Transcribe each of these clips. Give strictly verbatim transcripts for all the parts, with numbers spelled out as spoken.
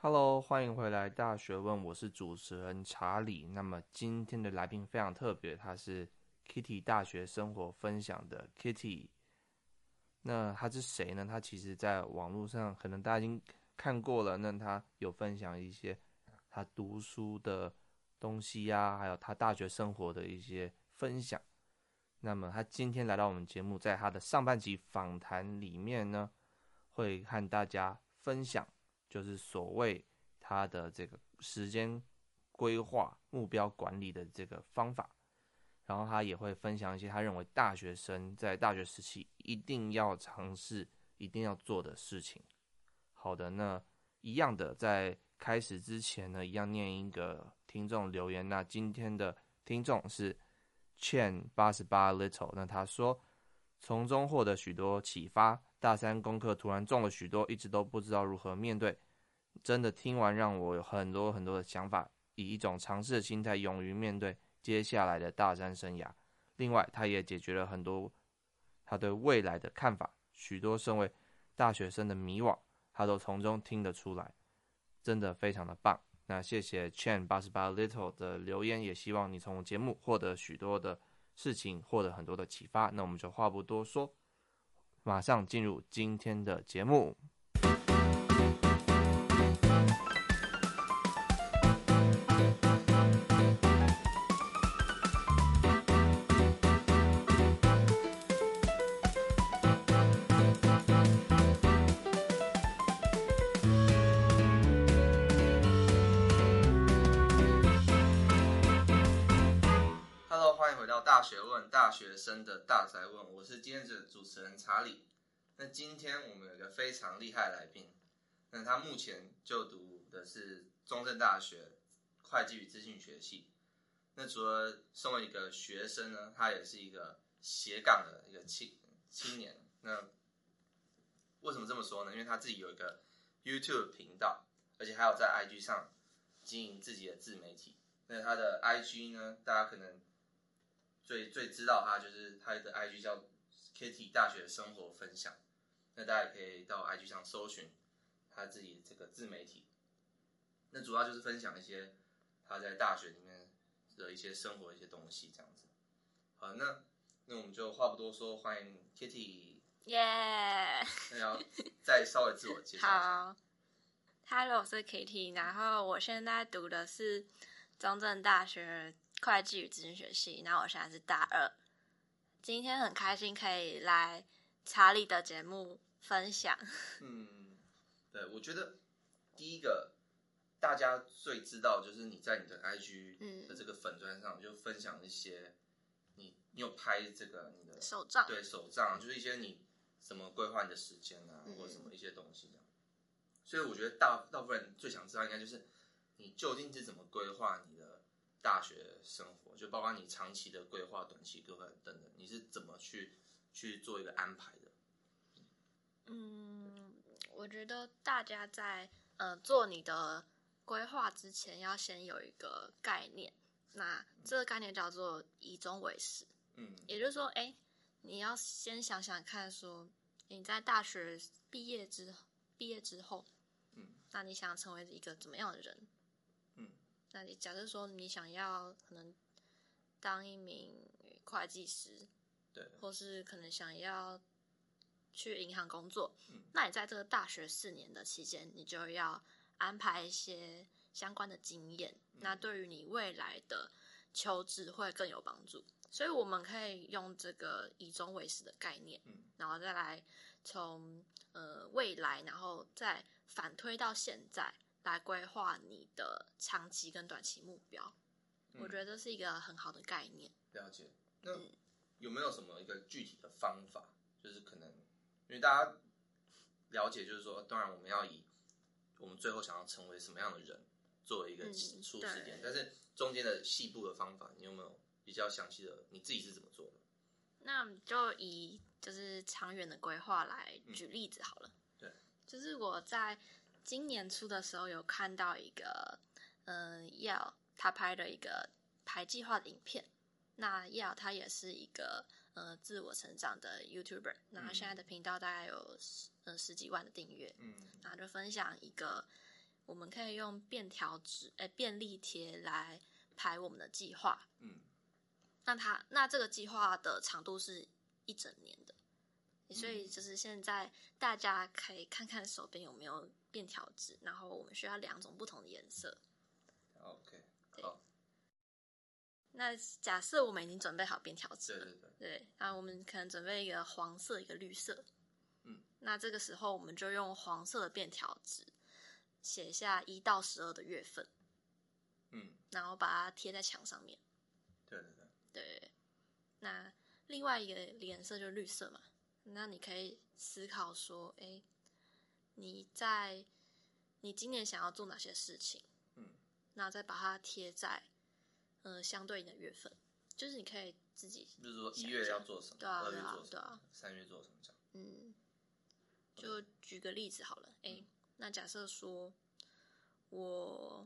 Hello，欢迎回来大学问，我是主持人查理。那么今天的来宾非常特别，他是 Kitty 大学生活分享的 Kitty。那他是谁呢？他其实在网络上可能大家已经看过了。那他有分享一些他读书的东西呀、啊，还有他大学生活的一些分享。那么他今天来到我们节目，在他的上半集访谈里面呢，会和大家分享，就是所谓他的这个时间规划、目标管理的这个方法。然后他也会分享一些他认为大学生在大学时期一定要尝试、一定要做的事情。好的，那一样的，在开始之前呢，一样念一个听众留言。那今天的听众是 Chen 八十八 Little， 那他说从中获得许多启发，大三功课突然重了许多，一直都不知道如何面对。真的听完让我有很多很多的想法，以一种尝试的心态，勇于面对接下来的大三生涯。另外，他也解决了很多他对未来的看法，许多身为大学生的迷惘，他都从中听得出来，真的非常的棒。那谢谢 Chen 八十八 Little 的留言，也希望你从节目获得许多的事情，获得很多的启发。那我们就话不多说，马上进入今天的节目。Hello， 欢迎回到大学问，大学生的大宅问，我是今天的主持人查理。那今天我们有一个非常厉害的来宾，那他目前就读的是中正大学会计与资讯学系。那除了身为一个学生呢，他也是一个斜杠的一个青青年。那为什么这么说呢？因为他自己有一个 YouTube 频道，而且还有在 I G 上经营自己的自媒体。那他的 I G 呢，大家可能最最知道他就是他的 I G 叫 Kitty 大学生活分享。那大家也可以到 I G 上搜寻他自己这个自媒体。那主要就是分享一些他在大学里面的一些生活的一些东西，这样子。好，那那我们就话不多说，欢迎 Kitty。 耶、yeah ！ 那要再稍微自我介绍一下。 好 ，Hello， 我是 Kitty， 然后我现在读的是中正大学会计与资讯学系，然后我现在是大二。今天很开心可以来查理的节目分享。 嗯，对，我觉得第一个大家最知道就是你在你的 I G 的这个粉专上就分享一些你你有拍这个你的手账， 对手账，就是一些你怎么规划你的时间啊， 嗯、 或者什么一些东西这样。所以我觉得大大部分人最想知道应该就是你究竟是怎么规划你的大学生活，就包括你长期的规划、短期规划等等，你是怎么去去做一个安排的？ 嗯，我觉得大家在呃做你的规划之前，要先有一个概念。那这个概念叫做以终为始。嗯，也就是说，哎，你要先想想看说，你在大学毕业之毕业之后，嗯，那你想成为一个怎么样的人？嗯，那你假设说你想要可能当一名会计师， 对， 或是可能想要去银行工作，嗯，那你在这个大学四年的期间，你就要安排一些相关的经验，嗯，那对于你未来的求职会更有帮助。所以我们可以用这个以终为始的概念，嗯，然后再来从呃未来，然后再反推到现在来规划你的长期跟短期目标。嗯，我觉得这是一个很好的概念。 了解。那有没有什么一个具体的方法？就是可能因为大家了解，就是说，当然我们要以我们最后想要成为什么样的人作为一个初始点，嗯，但是中间的细部的方法，你有没有比较详细的？你自己是怎么做的？ 那就以就是长远的规划来举例子好了。嗯， 对， 就是我在今年初的时候有看到一个，嗯、呃，耀他拍的一个排计划的影片。那耀他也是一个呃自我成长的 YouTuber， 那他现在的频道大概有十呃十几万的订阅，嗯，然后就分享一个我们可以用便条纸、诶便利贴来排我们的计划。 嗯， 那它那这个计划的长度是一整年的，所以就是现在大家可以看看手边有没有便条纸，然后我们需要两种不同的颜色。 OK， 好。 那假设我们已经准备好便条纸了， 对对对， 对，那我们可能准备一个黄色，一个绿色。 嗯， 那这个时候我们就用黄色的便条纸写下一到十二的月份， 嗯， 然后把它贴在墙上面。 对对对， 对。那另外一个颜色就是绿色嘛，那你可以思考说，哎，你在你今年想要做哪些事情？ 嗯， 那再把它贴在呃相对应的月份，就是你可以自己， 就是说一月要做什么， 对啊， 二月做什么， 对啊， 三月做什么这样。 嗯，就举个例子好了，哎、嗯，那假设说我，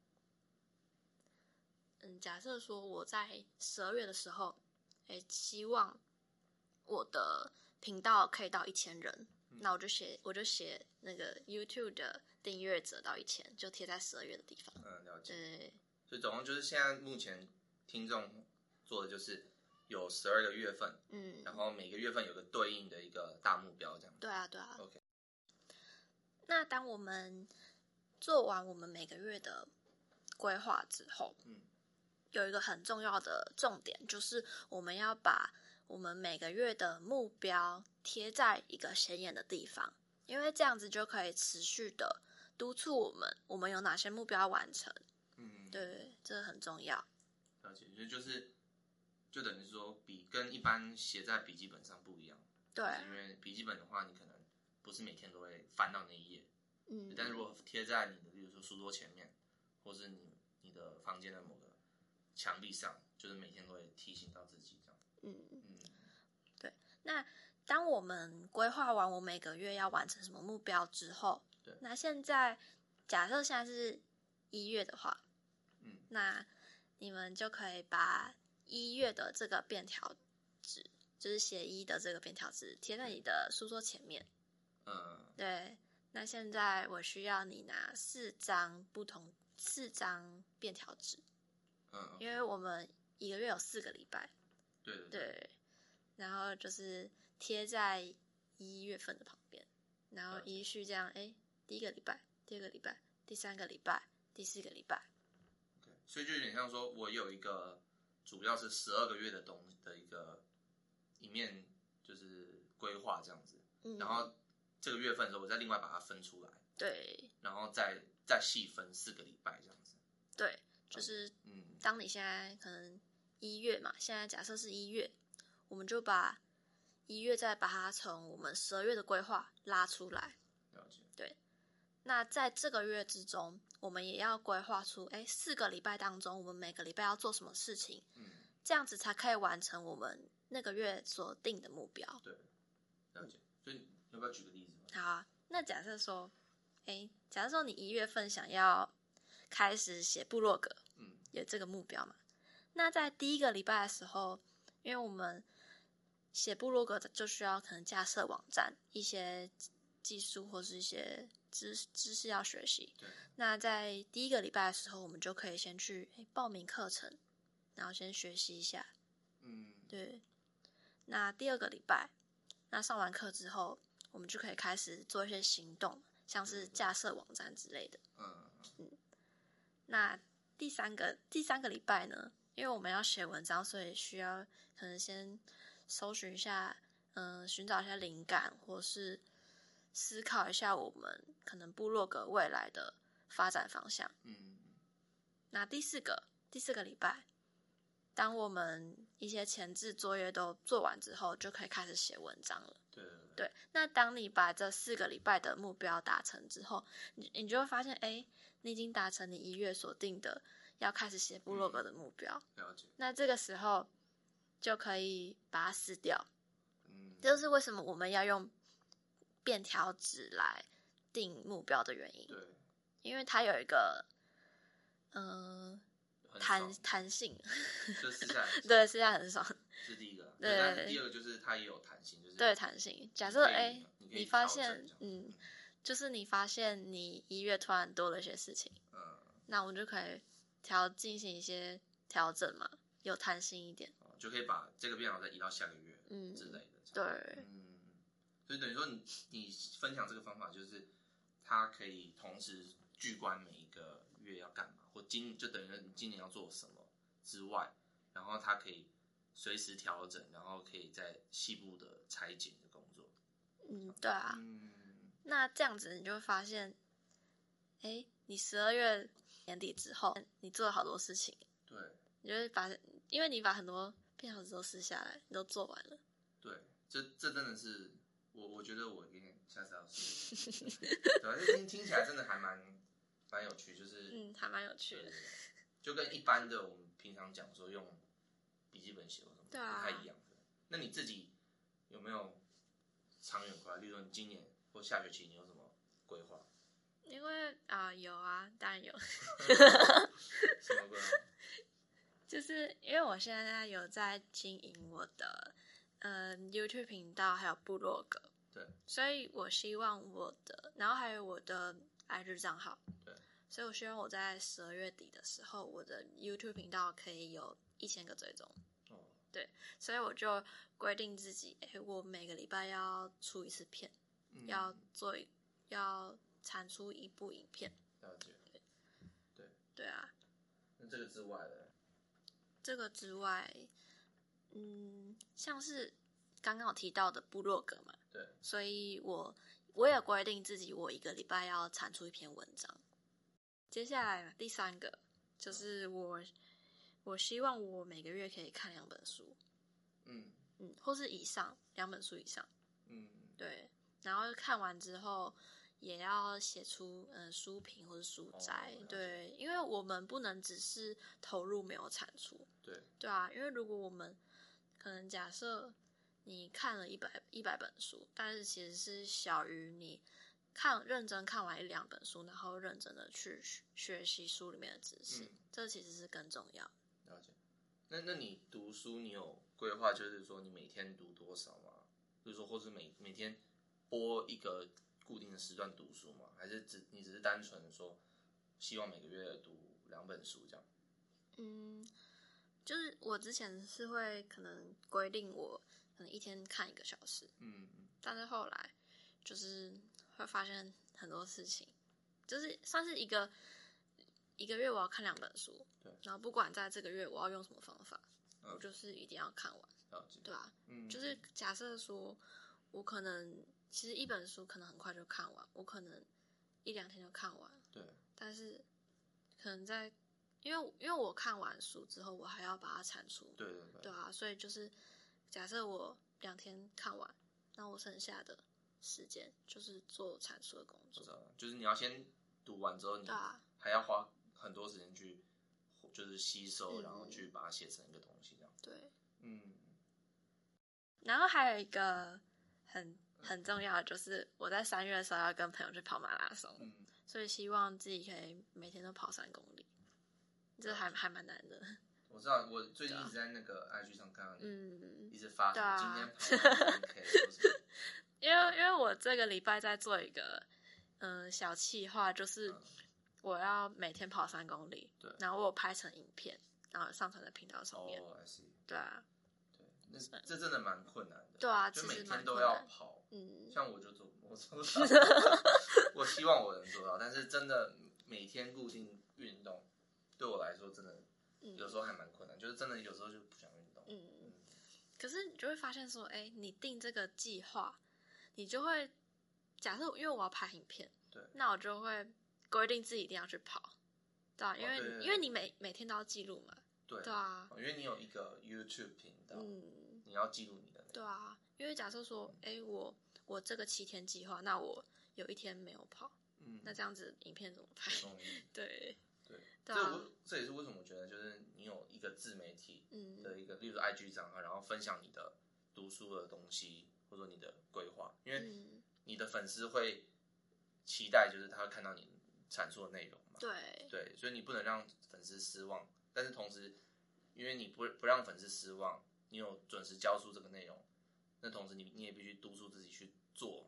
嗯，假设说我在十二月的时候，哎，希望我的频道可以到一千人，嗯、那我就写，我就写那个 YouTube 的订阅者到一千，就贴在十二月的地方。 嗯，了解。 对， 所以总共就是现在目前听众做的就是有十二个月份，嗯，然后每个月份有个对应的一个大目标，这样。 对啊，对啊。 OK。 那当我们做完我们每个月的规划之后，嗯，有一个很重要的重点，就是我们要把我们每个月的目标贴在一个显眼的地方，因为这样子就可以持续的督促我们，我们有哪些目标要完成。嗯，对，这很重要。 了解，就是就等于说比跟一般写在笔记本上不一样。 对， 因为笔记本的话，你可能不是每天都会翻到那一页， 嗯， 但是如果贴在你的，比如说书桌前面，或是你你的房间的某个墙壁上，就是每天都会提醒到自己这样。嗯嗯， 对。那当我们规划完我每个月要完成什么目标之后， 对， 那现在假设现在是一月的话，嗯，那你们就可以把一月的这个便条纸，就是写一的这个便条纸贴在你的书桌前面。嗯，对。那现在我需要你拿四张不同四张便条纸，嗯，因为我们一个月有四个礼拜， 对对对, 对，然后就是贴在一月份的旁边，然后依序这样，哎，第一个礼拜，第二个礼拜，第三个礼拜，第四个礼拜。 Okay, 所以就有点像说，我有一个主要是十二个月的东的一个一面就是规划这样子，嗯，然后这个月份的时候，我再另外把它分出来， 对， 然后再再细分四个礼拜这样子。 对，就是嗯，当你现在可能一月嘛，现在假设是一月，我们就把一月再把它从我们十二月的规划拉出来。 了解。 对，那在这个月之中，我们也要规划出，哎，四个礼拜当中，我们每个礼拜要做什么事情，嗯，这样子才可以完成我们那个月所定的目标。 对，了解。所以要不要举个例子？ 好啊，那假设说，哎，假设说你一月份想要开始写部落格，嗯，有这个目标嘛？那在第一个礼拜的时候，因为我们写部落格就需要可能架设网站，一些技术或是一些知知识要学习。 对。 那在第一个礼拜的时候，我们就可以先去报名课程，然后先学习一下。嗯，对。那第二个礼拜，那上完课之后，我们就可以开始做一些行动，像是架设网站之类的。嗯嗯。那第三个第三个礼拜呢，因为我们要写文章，所以需要可能先搜寻一下，嗯、呃，寻找一下灵感，或是思考一下我们可能部落格未来的发展方向。嗯。那第四个第四个礼拜，当我们一些前置作业都做完之后，就可以开始写文章了。 对对对。 对，那当你把这四个礼拜的目标达成之后，你你就会发现，哎，你已经达成你一月所定的要开始写部落格的目标。 嗯，了解。 那这个时候就可以把它撕掉。嗯，这就是为什么我们要用便条纸来定目标的原因。 对， 因为它有一个，嗯、呃，弹弹性， 就撕下来， 对，撕下来很爽。 这是第一个。 对， 但是第二个就是它也有弹性，就是对弹性。假设哎，你发现嗯， 就是你发现你一月突然多了一些事情，嗯，那我们就可以调进行一些调整嘛，有弹性一点， 哦、就可以把这个变好再移到下个月，嗯之类的。 对， 嗯，所以等于说你你分享这个方法，就是它可以同时聚观每一个月要干嘛，或今就等于说你今年要做什么之外，然后它可以随时调整，然后可以在细部的裁剪的工作。 嗯，对啊。嗯，那这样子你就会发现，哎，你十二月年底之后，你做了好多事情。 对。 你就会把，因为你把很多变好都撕下来，你都做完了。 对，这这真的是我我觉得我有点下次要试。对啊，听听起来真的还蛮蛮有趣，就是嗯，还蛮有趣的。 就跟一般的我们平常讲说用笔记本写或什么， 对啊， 不太一样的。那你自己有没有长远规划？例如说你今年或下学期你有什么规划？ 因为啊、呃、有啊，当然有。 什么规划？ 就是因为我现在有在经营我的呃 YouTube 频道，还有部落格， 对， 所以我希望我的，然后还有我的 I G 账号， 对， 所以我希望我在十二月底的时候，我的 YouTube 频道可以有一千个追踪。哦，对，所以我就规定自己，哎，我每个礼拜要出一次片，嗯、要做要产出一部影片。 了解，对，对， 对啊。 那这个之外的。 这个之外，嗯，像是刚刚有提到的部落格嘛， 对， 所以我我也规定自己，我一个礼拜要产出一篇文章。接下来第三个就是我，我希望我每个月可以看两本书，嗯嗯，或是以上两本书以上，嗯，对，然后看完之后。也要写出嗯书评或者书摘，哦、对，因为我们不能只是投入没有产出， 对， 对啊，因为如果我们可能假设你看了一百一百本书，但是其实是小于你看认真看完一两本书，然后认真的去学习书里面的知识，嗯、这其实是更重要。 了解。那那你读书，你有规划，就是说你每天读多少吗？就是说，或是每每天播一个。固定的时段读书吗？还是只你只是单纯的说，希望每个月读两本书这样？ 嗯，就是我之前是会可能规定我可能一天看一个小时，嗯嗯，但是后来就是会发现很多事情，就是算是一个一个月我要看两本书，对，然后不管在这个月我要用什么方法，嗯、我就是一定要看完，对啊，嗯，就是假设说我可能。其实一本书可能很快就看完，我可能一两天就看完。 对。 但是可能在，因为因为我看完书之后，我还要把它产出。 对对对。 对啊，所以就是假设我两天看完，那我剩下的时间就是做产出的工作。 我知道，就是你要先读完之后，你还要花很多时间去，就是吸收，嗯、然后去把它写成一个东西，这样。 对。嗯。然后还有一个很。很重要的就是我在三月的时候要跟朋友去跑马拉松，嗯、所以希望自己可以每天都跑三公里，这还还蛮难的。 我知道，我最近一直在那个 I G 上看到你，嗯，一直发， 啊、 今天跑完三 K， 因为因为我这个礼拜在做一个嗯、呃、小企划，就是我要每天跑三公里，对，然后我有拍成影片，然后上传在频道上面。 哦 I see， 对啊。 那这真的蛮困难的， 对啊， 就每天都要跑， 嗯， 像我就做，我做不到，我希望我能做到，但是真的每天固定运动，对我来说真的有时候还蛮困难，嗯、就是真的有时候就不想运动，嗯，嗯可是你就会发现说，哎，你定这个计划，你就会假设，因为我要拍影片， 对， 那我就会规定自己一定要去跑，对啊，因为、哦、对对对因为你每每天都要记录嘛， 对， 对啊， 因为你有一个 YouTube 频道，嗯。你要记录你的。 对啊，因为假设说，哎，我我这个七天计划，那我有一天没有跑，嗯，那这样子影片怎么拍？对对，这我这也是为什么我觉得，就是你有一个自媒体的一个，嗯、例如 I G 账号，然后分享你的读书的东西，或者说你的规划，因为你的粉丝会期待，就是他会看到你阐述的内容嘛。 对对，所以你不能让粉丝失望，但是同时，因为你不不让粉丝失望。你有准时交出这个内容，那同时你你也必须督促自己去做你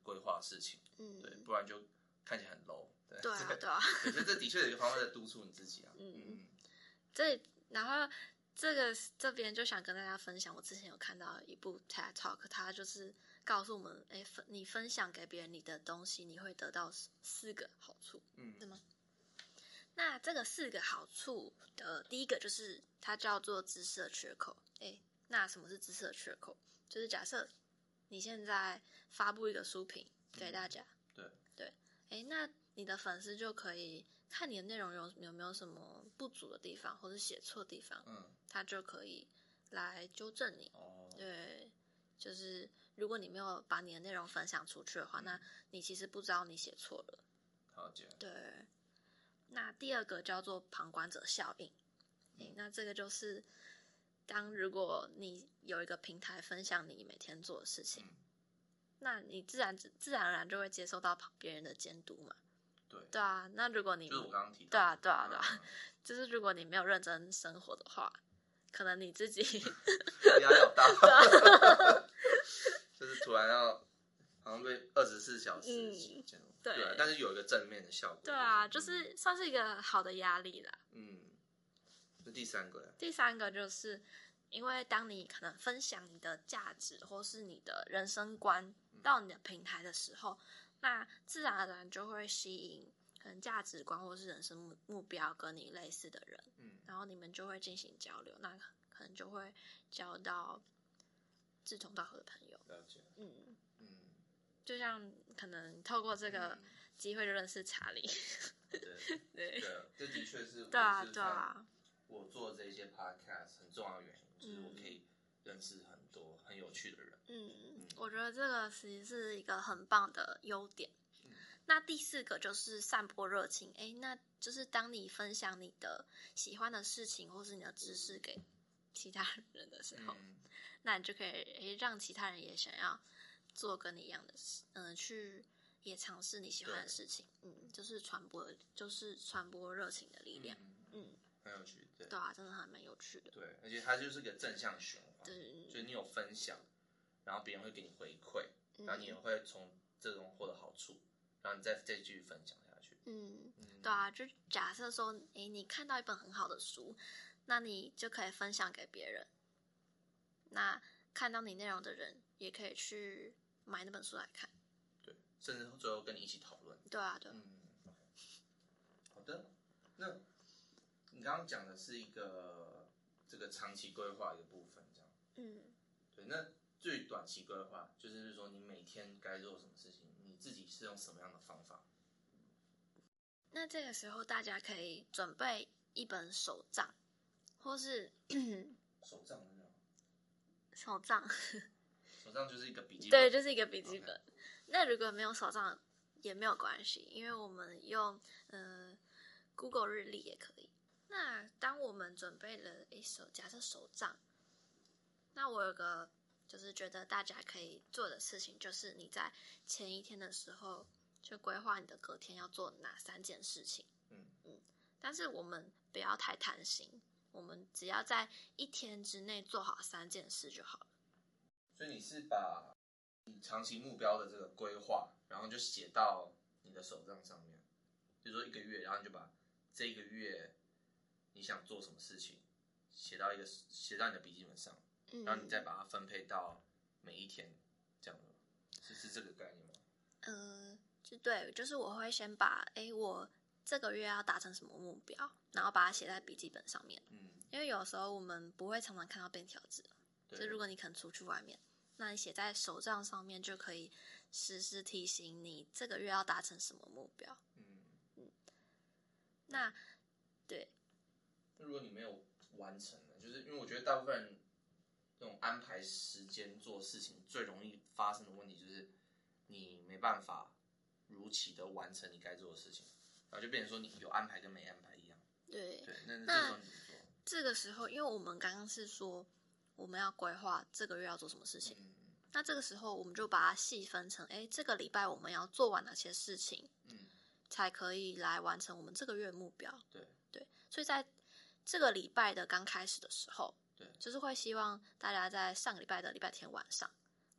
规划的事情， 嗯， 对，不然就看起来很 low。对， 对啊，对啊， 可是这的确有一个方式在督促你自己啊。 嗯， 嗯， 这然后这个这边就想跟大家分享，我之前有看到一部 T E D Talk， 它就是告诉我们，哎，你分享给别人你的东西，你会得到四个好处，嗯，对吗？那这个四个好处的第一个就是它叫做知识的缺口。哎，那什么是知识的缺口？就是假设你现在发布一个书评给大家， 嗯、对对，哎，那你的粉丝就可以看你的内容有有没有什么不足的地方，或者写错地方，嗯，他就可以来纠正你。哦，对，就是如果你没有把你的内容分享出去的话，嗯、那你其实不知道你写错了。 好解。 对。那第二个叫做旁观者效应，嗯、那这个就是当如果你有一个平台分享你每天做的事情，嗯、那你自然自然而然就会接受到别人的监督嘛。 对对啊，那如果你就是我刚刚提到， 对啊对啊对啊，嗯、就是如果你没有认真生活的话，可能你自己压力好大，就是突然要好像被二十四小时这样。嗯对, 对，但是有一个正面的效果。 对啊，就是、就是算是一个好的压力啦。 嗯，那第三个呢？ 第三个就是因为当你可能分享你的价值或是你的人生观到你的平台的时候，嗯、那自然而然就会吸引可能价值观或是人生目目标跟你类似的人，嗯，然后你们就会进行交流，那可能就会交到志同道合的朋友。 了解，嗯嗯。 就像可能透过这个机会就认识查理， 对对对，这的确是对啊对啊， 我做这些 podcast 很重要的原因，就是我可以认识很多很有趣的人。嗯嗯， 我觉得这个其实是一个很棒的优点。嗯、那第四个就是散播热情，哎，那就是当你分享你的喜欢的事情或是你的知识给其他人的时候，嗯、那你就可以诶让其他人也想要做跟你一样的事，嗯、呃，去也尝试你喜欢的事情，嗯，就是传播，就是传播热情的力量，嗯，嗯很有趣，对， 对啊，真的还蛮有趣的， 对，而且它就是个正向循环，对，所以你有分享，然后别人会给你回馈，嗯、然后你也会从这种获得好处，然后你再再继续分享下去， 嗯，嗯对啊，就假设说，哎，你看到一本很好的书，那你就可以分享给别人，那看到你内容的人也可以去买那本书来看， 对，甚至最后跟你一起讨论。 对啊，对。 嗯，好的。那你刚刚讲的是一个这个长期规划一个部分，这样。嗯。对，那最短期规划就是说你每天该做什么事情，你自己是用什么样的方法？ 那这个时候大家可以准备一本手账，或是手账。 手账， 手账就是一个笔记本， 对，就是一个笔记本。Okay. 那如果没有手账也没有关系，因为我们用呃 Google 日历也可以。那当我们准备了一手，假设手账，那我有个就是觉得大家可以做的事情，就是你在前一天的时候就规划你的隔天要做哪三件事情。嗯嗯，但是我们不要太贪心。我们只要在一天之内做好三件事就好了。 所以你是把你长期目标的这个规划，然后就写到你的手账上面，比如说一个月，然后你就把这一个月你想做什么事情写到一个写到你的笔记本上，嗯、然后你再把它分配到每一天，这样的，是是这个概念吗？ 嗯、呃，就对，就是我会先把哎我。这个月要达成什么目标，然后把它写在笔记本上面。嗯，因为有时候我们不会常常看到便条纸，所以如果你可能出去外面，那你写在手账上面就可以时时提醒你这个月要达成什么目标。嗯嗯，那对， 那如果你没有完成呢？就是因为我觉得大部分人那种安排时间做事情最容易发生的问题，就是你没办法如期的完成你该做的事情。然后就变成说你有安排跟没安排一样。 对对，那这时候你怎么做？ 这个时候，因为我们刚刚是说我们要规划这个月要做什么事情，嗯、那这个时候我们就把它细分成，哎，这个礼拜我们要做完哪些事情，嗯，才可以来完成我们这个月的目标。 对对，所以在这个礼拜的刚开始的时候，对，就是会希望大家在上个礼拜的礼拜天晚上，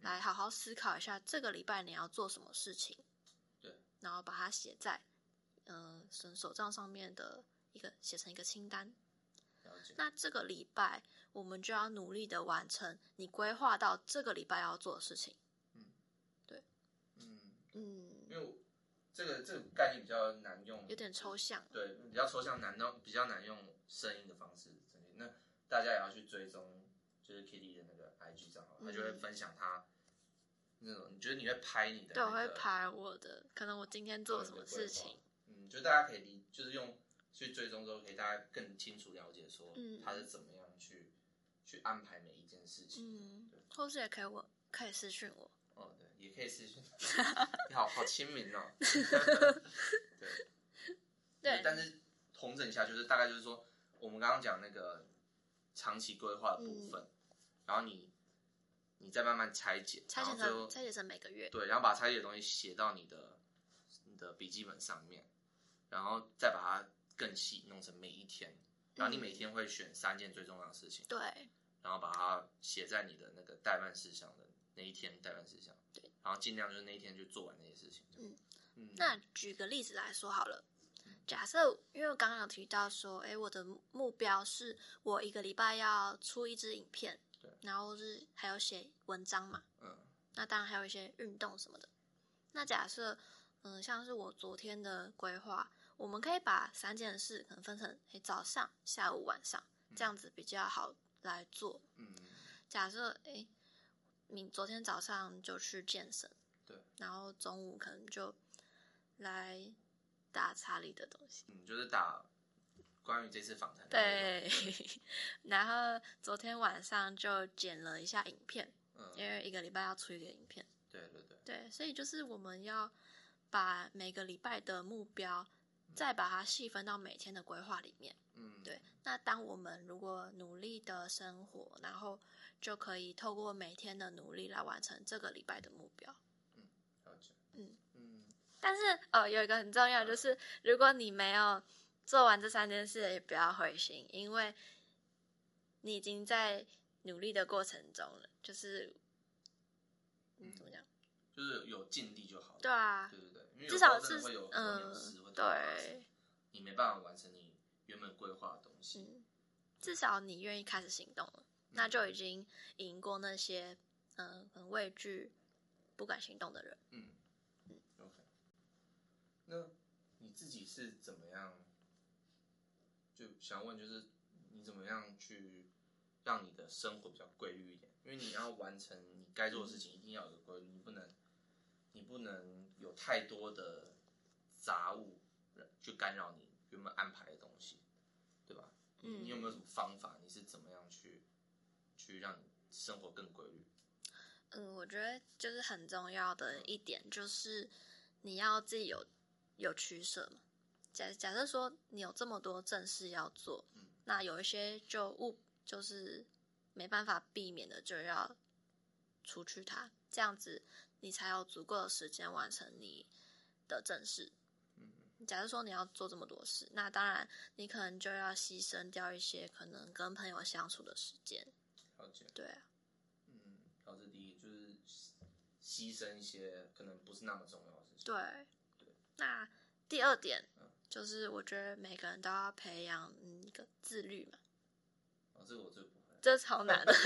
来好好思考一下这个礼拜你要做什么事情， 对， 然后把它写在呃手账上面的一个写成一个清单。 了解。 那这个礼拜我们就要努力的完成你规划到这个礼拜要做的事情。 嗯， 对， 嗯嗯， 因为我这个这个概念比较难用， 有点抽象。 对，比较抽象，难到比较难用声音的方式。那大家也要去追踪，就是 Kitty 的那个 I G 账号，他、嗯、就会分享他那种，你觉得你会拍你的、那个， 对，我会拍我的，可能我今天做了什么事情。 嗯，就大家可以理，就是用去追踪之后，可以大家更清楚了解说， 嗯， 他是怎么样去去安排每一件事情。 嗯，或是也可以我可以私讯我。 哦，对，也可以私讯。你好好亲民哦。对。对。但是统整一下，就是大概就是说，我们刚刚讲那个长期规划的部分，嗯、然后你你再慢慢拆解， 拆解成拆解成每个月。 对，然后把拆解的东西写到你的你的笔记本上面，然后再把它更细弄成每一天，然后你每天会选三件最重要的事情。 对。 然后把它写在你的那个待办事项的那一天待办事项， 对， 然后尽量就是那一天就做完那些事情。 嗯嗯。那举个例子来说好了，假设因为我刚刚有提到说，哎，我的目标是我一个礼拜要出一支影片， 对， 然后是还有写文章嘛， 嗯， 那当然还有一些运动什么的。那假设，嗯，像是我昨天的规划，我们可以把三件事可能分成，哎，早上、下午、晚上，这样子比较好来做。 嗯， 假设哎，你昨天早上就去健身， 对， 然后中午可能就来打查理的东西， 嗯，就是打关于这次访谈的。 对，然后昨天晚上就剪了一下影片，嗯，因为一个礼拜要出一个影片。 对对对。 对，所以就是我们要把每个礼拜的目标，再把它细分到每天的规划里面。 嗯， 对。那当我们如果努力的生活，然后就可以透过每天的努力来完成这个礼拜的目标。 嗯，了解。 嗯嗯。 但是呃，有一个很重要，就是如果你没有做完这三件事，也不要灰心，因为你已经在努力的过程中了。就是，嗯，怎么讲？ 就是有尽力就好了。 对啊。 对对对，因为至少是会有嗯，对， 你没办法完成你原本规划的东西。 嗯，至少你愿意开始行动了，嗯、那就已经赢过那些嗯很畏惧、不敢行动的人。 嗯嗯 ，OK。那你自己是怎么样？就想问，就是你怎么样去让你的生活比较规律一点？因为你要完成你该做的事情，一定要有个规律，你不能，你不能有太多的杂物去干扰你原本安排的东西，对吧？嗯，你有没有什么方法？你是怎么样去去让你生活更规律？ 嗯，我觉得就是很重要的一点，就是你要自己有有取舍嘛。假假设说你有这么多正事要做，嗯、那有一些就误就是没办法避免的，就要除去它，这样子你才有足够的时间完成你的正事。嗯，假设说你要做这么多事，那当然你可能就要牺牲掉一些可能跟朋友相处的时间。 了解。 对啊。 嗯，好，这第一就是牺牲一些可能不是那么重要的事情。 对。对。那第二点。嗯，就是我觉得每个人都要培养一个自律嘛。 哦，这个我最不会。 这超难的。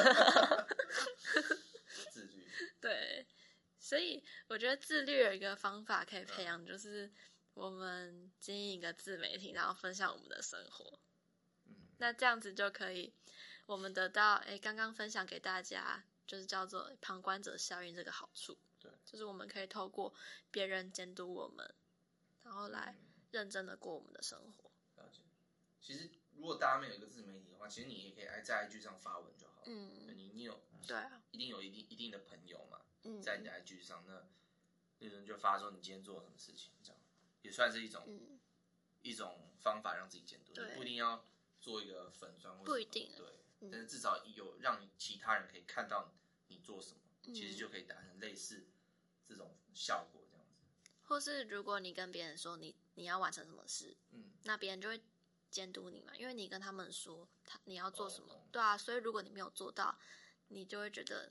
自律。对， 所以我觉得自律有一个方法可以培养，就是我们经营一个自媒体，然后分享我们的生活。嗯，那这样子就可以，我们得到哎，刚刚分享给大家，就是叫做旁观者效应这个好处。 对， 就是我们可以透过别人监督我们，然后来认真的过我们的生活。 了解。其实如果大家没有一个自媒体的话，其实你也可以在 I G 上发文就好了。嗯，你你有对啊， 一定有一定一定的朋友嘛，嗯、在你的 I G 上，那那人就发说你今天做了什么事情，这样也算是一种、嗯、一种方法让自己监督。你不一定要做一个粉专或不一定对、嗯，但是至少有让其他人可以看到你做什么，嗯、其实就可以达成类似这种效果这样子。 或是如果你跟别人说你你要完成什么事，嗯，那别人就会监督你嘛，因为你跟他们说他你要做什么，哦、对啊，所以如果你没有做到，你就会觉得可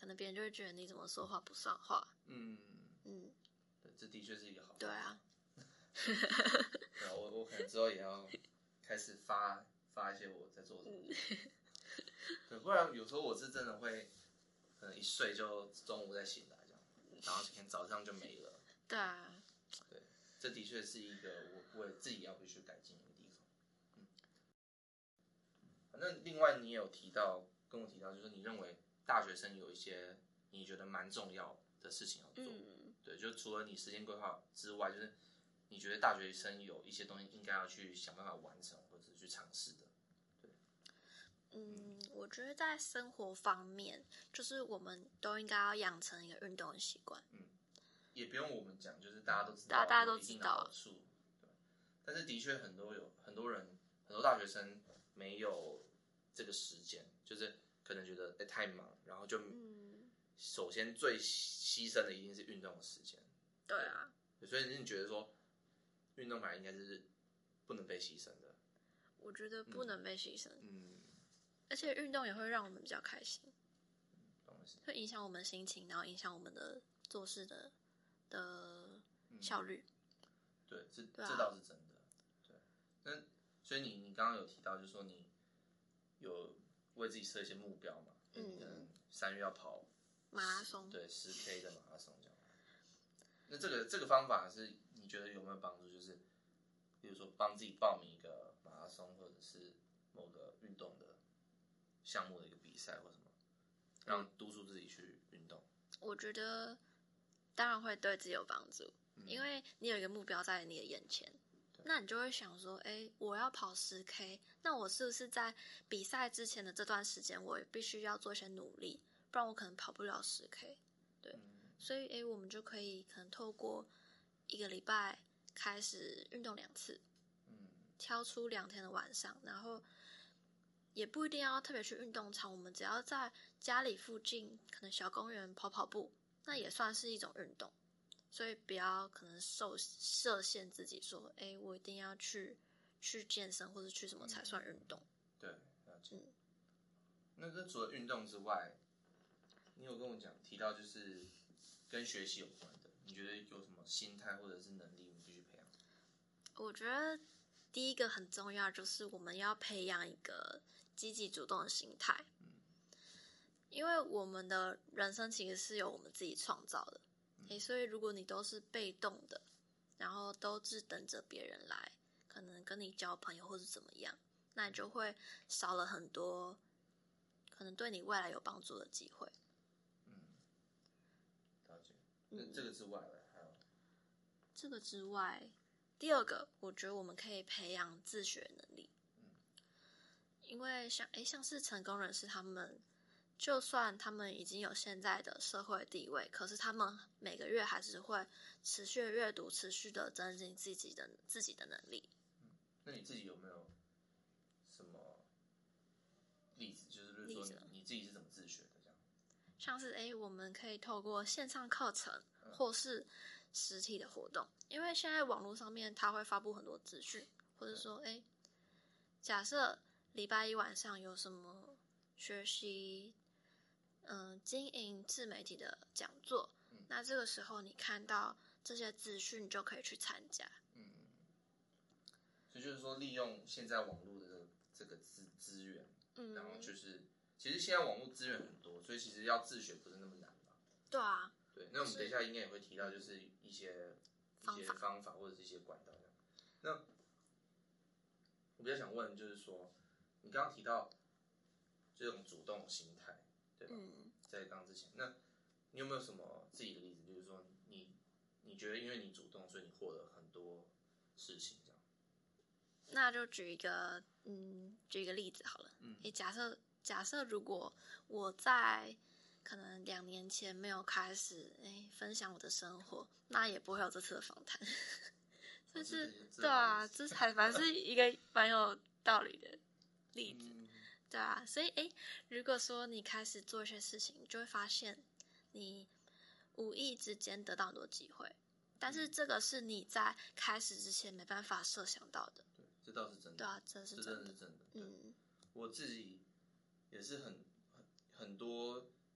可能别人就会觉得你怎么说话不算话。 嗯嗯， 对，这的确是一个好方法。 对啊。 对啊，我我可能之后也要开始发发一些我在做什么。对，不然有时候我是真的会，可能一睡就中午再醒来这样，然后可能早上就没了。 对啊。 对，这的确是一个我我自己要必须改进的地方。嗯，那另外你也有提到，跟我提到，就是你认为大学生有一些你觉得蛮重要的事情要做。 嗯，对， 就除了你时间规划之外，就是你觉得大学生有一些东西应该要去想办法完成，或者是去尝试的。对， 嗯，我觉得在生活方面，就是我们都应该要养成一个运动的习惯。 嗯，也不用我们讲，就是大家都知道， 大家都知道好处。对，但是的确很多有很多人，很多大学生没有这个时间，就是可能觉得哎、欸、太忙，然后就嗯， 首先最牺牲的一定是运动的时间。 对啊， 对，所以你觉得说运动本来应该是不能被牺牲的。 我觉得不能被牺牲。 嗯， 而且运动也会让我们比较开心， 嗯、 会影响我们心情，然后影响我们的做事的的效率。 嗯、对，这对、啊、 这倒是真的。对，那所以你你刚刚有提到，就是说你有为自己设一些目标嘛？嗯，可能三月要跑马拉松， 对，十 K 的马拉松这样。那这个这个方法是你觉得有没有帮助？就是比如说帮自己报名一个马拉松，或者是某个运动的项目的一个比赛或什么，让督促自己去运动。 我觉得当然会对自己有帮助，嗯、因为你有一个目标在你的眼前，那你就会想说，哎，我要跑十 K， 那我是不是在比赛之前的这段时间，我必须要做一些努力，不然我可能跑不了十 K。对，嗯、所以哎，我们就可以可能透过一个礼拜开始运动两次，嗯，挑出两天的晚上，然后也不一定要特别去运动场，我们只要在家里附近可能小公园跑跑步，那也算是一种运动。所以不要可能受设限自己说，哎，我一定要去去健身或者去什么才算运动。 嗯、对，了解。嗯，那这除了运动之外，你有跟我讲提到就是跟学习有关的，你觉得有什么心态或者是能力我们必须培养？ 我觉得第一个很重要，就是我们要培养一个积极主动的心态。嗯，因为我们的人生其实是由我们自己创造的。欸、所以如果你都是被动的，然后都是等着别人来，可能跟你交朋友或是怎么样，那你就会少了很多可能对你未来有帮助的机会。 嗯，了解。那这个之外呢，还有？ 这个之外，第二个，我觉得我们可以培养自学能力。嗯，因为像诶，像是成功人士他们。就算他们已经有现在的社会地位，可是他们每个月还是会持续的阅读，持续的增进自己的自己的能力。 嗯，那你自己有没有什么例子？就是比如说你自己是怎么自学的这样？ 像是哎，我们可以透过线上课程或是实体的活动，因为现在网络上面它会发布很多资讯，或者说哎，假设礼拜一晚上有什么学习。嗯，经营自媒体的讲座，嗯、那这个时候你看到这些资讯，就可以去参加。 嗯，所以就是说，利用现在网络的这个资资源，嗯，然后就是其实现在网络资源很多，所以其实要自学不是那么难吧？ 对啊， 对。那我们等一下应该也会提到，就是一些一些方法或者是一些管道。那我比较想问，就是说，你刚刚提到这种主动心态。对吧？嗯，在刚之前，那你有没有什么自己的例子？就是说你，你觉得因为你主动，所以你获得很多事情，这样？ 那就举一个，嗯，举一个例子好了。嗯，诶，假设假设如果我在可能两年前没有开始，诶，分享我的生活，那也不会有这次的访谈。就是、哦、对啊，这还蛮是一个蛮有道理的例子。嗯，对啊，所以诶，如果说你开始做一些事情，你就会发现你无意之间得到很多机会，但是这个是你在开始之前没办法设想到的。 对，这倒是真的。 对啊，这是真的， 这真的是真的。嗯，我自己也是很很很多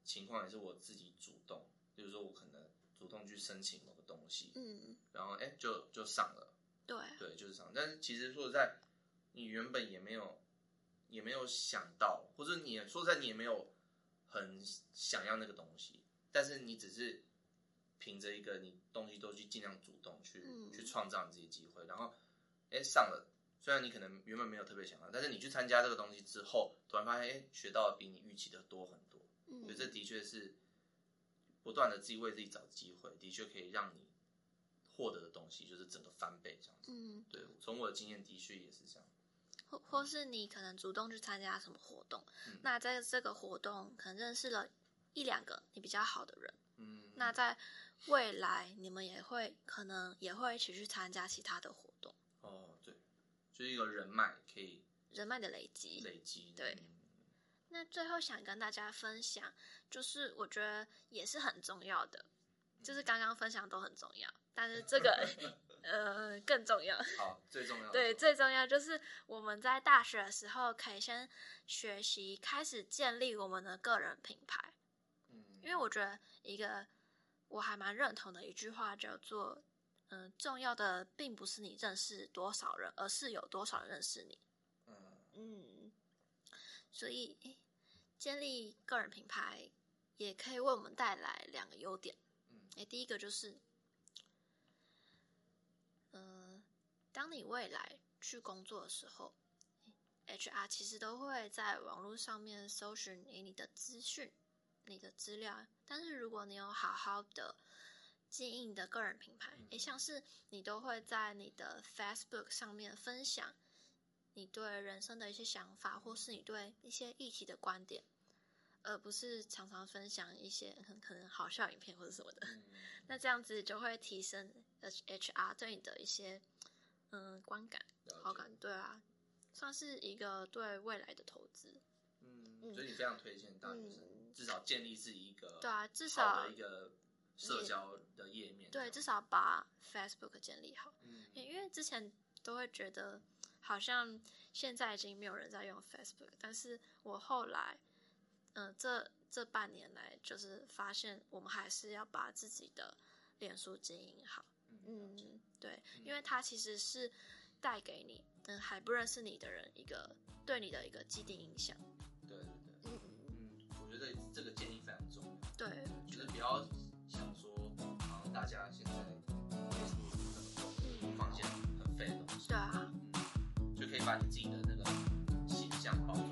情况也是我自己主动，比如说我可能主动去申请某个东西， 嗯， 然后哎就就上了， 对对，就是上。但是其实说实在，你原本也没有也没有想到，或者你也说实在你也没有很想要那个东西，但是你只是凭着一个你东西都去尽量主动去、嗯、去创造你自己机会，然后哎上了。虽然你可能原本没有特别想到，但是你去参加这个东西之后，突然发现，哎，学到的比你预期的多很多。嗯，所以这的确是不断的自己为自己找机会，的确可以让你获得的东西就是整个翻倍这样子。嗯，对，从我的经验的确也是这样。 或或是你可能主动去参加什么活动，嗯、那在这个活动可能认识了一两个你比较好的人，嗯，那在未来你们也会可能也会一起去参加其他的活动。 哦，对。就是一个人脉可以人脉的累积， 累积对。嗯、那最后想跟大家分享，就是我觉得也是很重要的，就是刚刚分享都很重要，但是这个呃更重要。 好，最重要的。 对，最重要就是我们在大学的时候可以先学习，开始建立我们的个人品牌。嗯，因为我觉得一个我还蛮认同的一句话叫做。嗯，重要的并不是你认识多少人，而是有多少人认识你。嗯嗯，所以建立个人品牌也可以为我们带来两个优点。嗯，哎，第一个就是，呃，当你未来去工作的时候 ，H R 其实都会在网络上面搜寻你的资讯、你的资料，但是如果你有好好的经营你的个人品牌，诶，像是你都会在你的 Facebook 上面分享你对人生的一些想法，或是你对一些议题的观点，而不是常常分享一些很可能好笑影片或者什么的。嗯、那这样子就会提升 H R 对你的一些嗯观感、好感，对啊，算是一个对未来的投资。 嗯，所以你非常推荐大学生、嗯、至少建立自己一个对啊，至少好的一个。社交的页面， 对，至少把 Facebook 建立好。嗯，因为之前都会觉得好像现在已经没有人在用 Facebook， 但是我后来，嗯、呃，这这半年来就是发现我们还是要把自己的脸书经营好。嗯，对，因为它其实是带给你，嗯，还不认识你的人一个对你的一个既定印象。 对对对，嗯嗯，我觉得这个建议非常重要。 对， 就是不要。想说，好像大家现在 Facebook 很放现很废的东西， 对啊， 嗯，就可以把你自己的那个形象保住。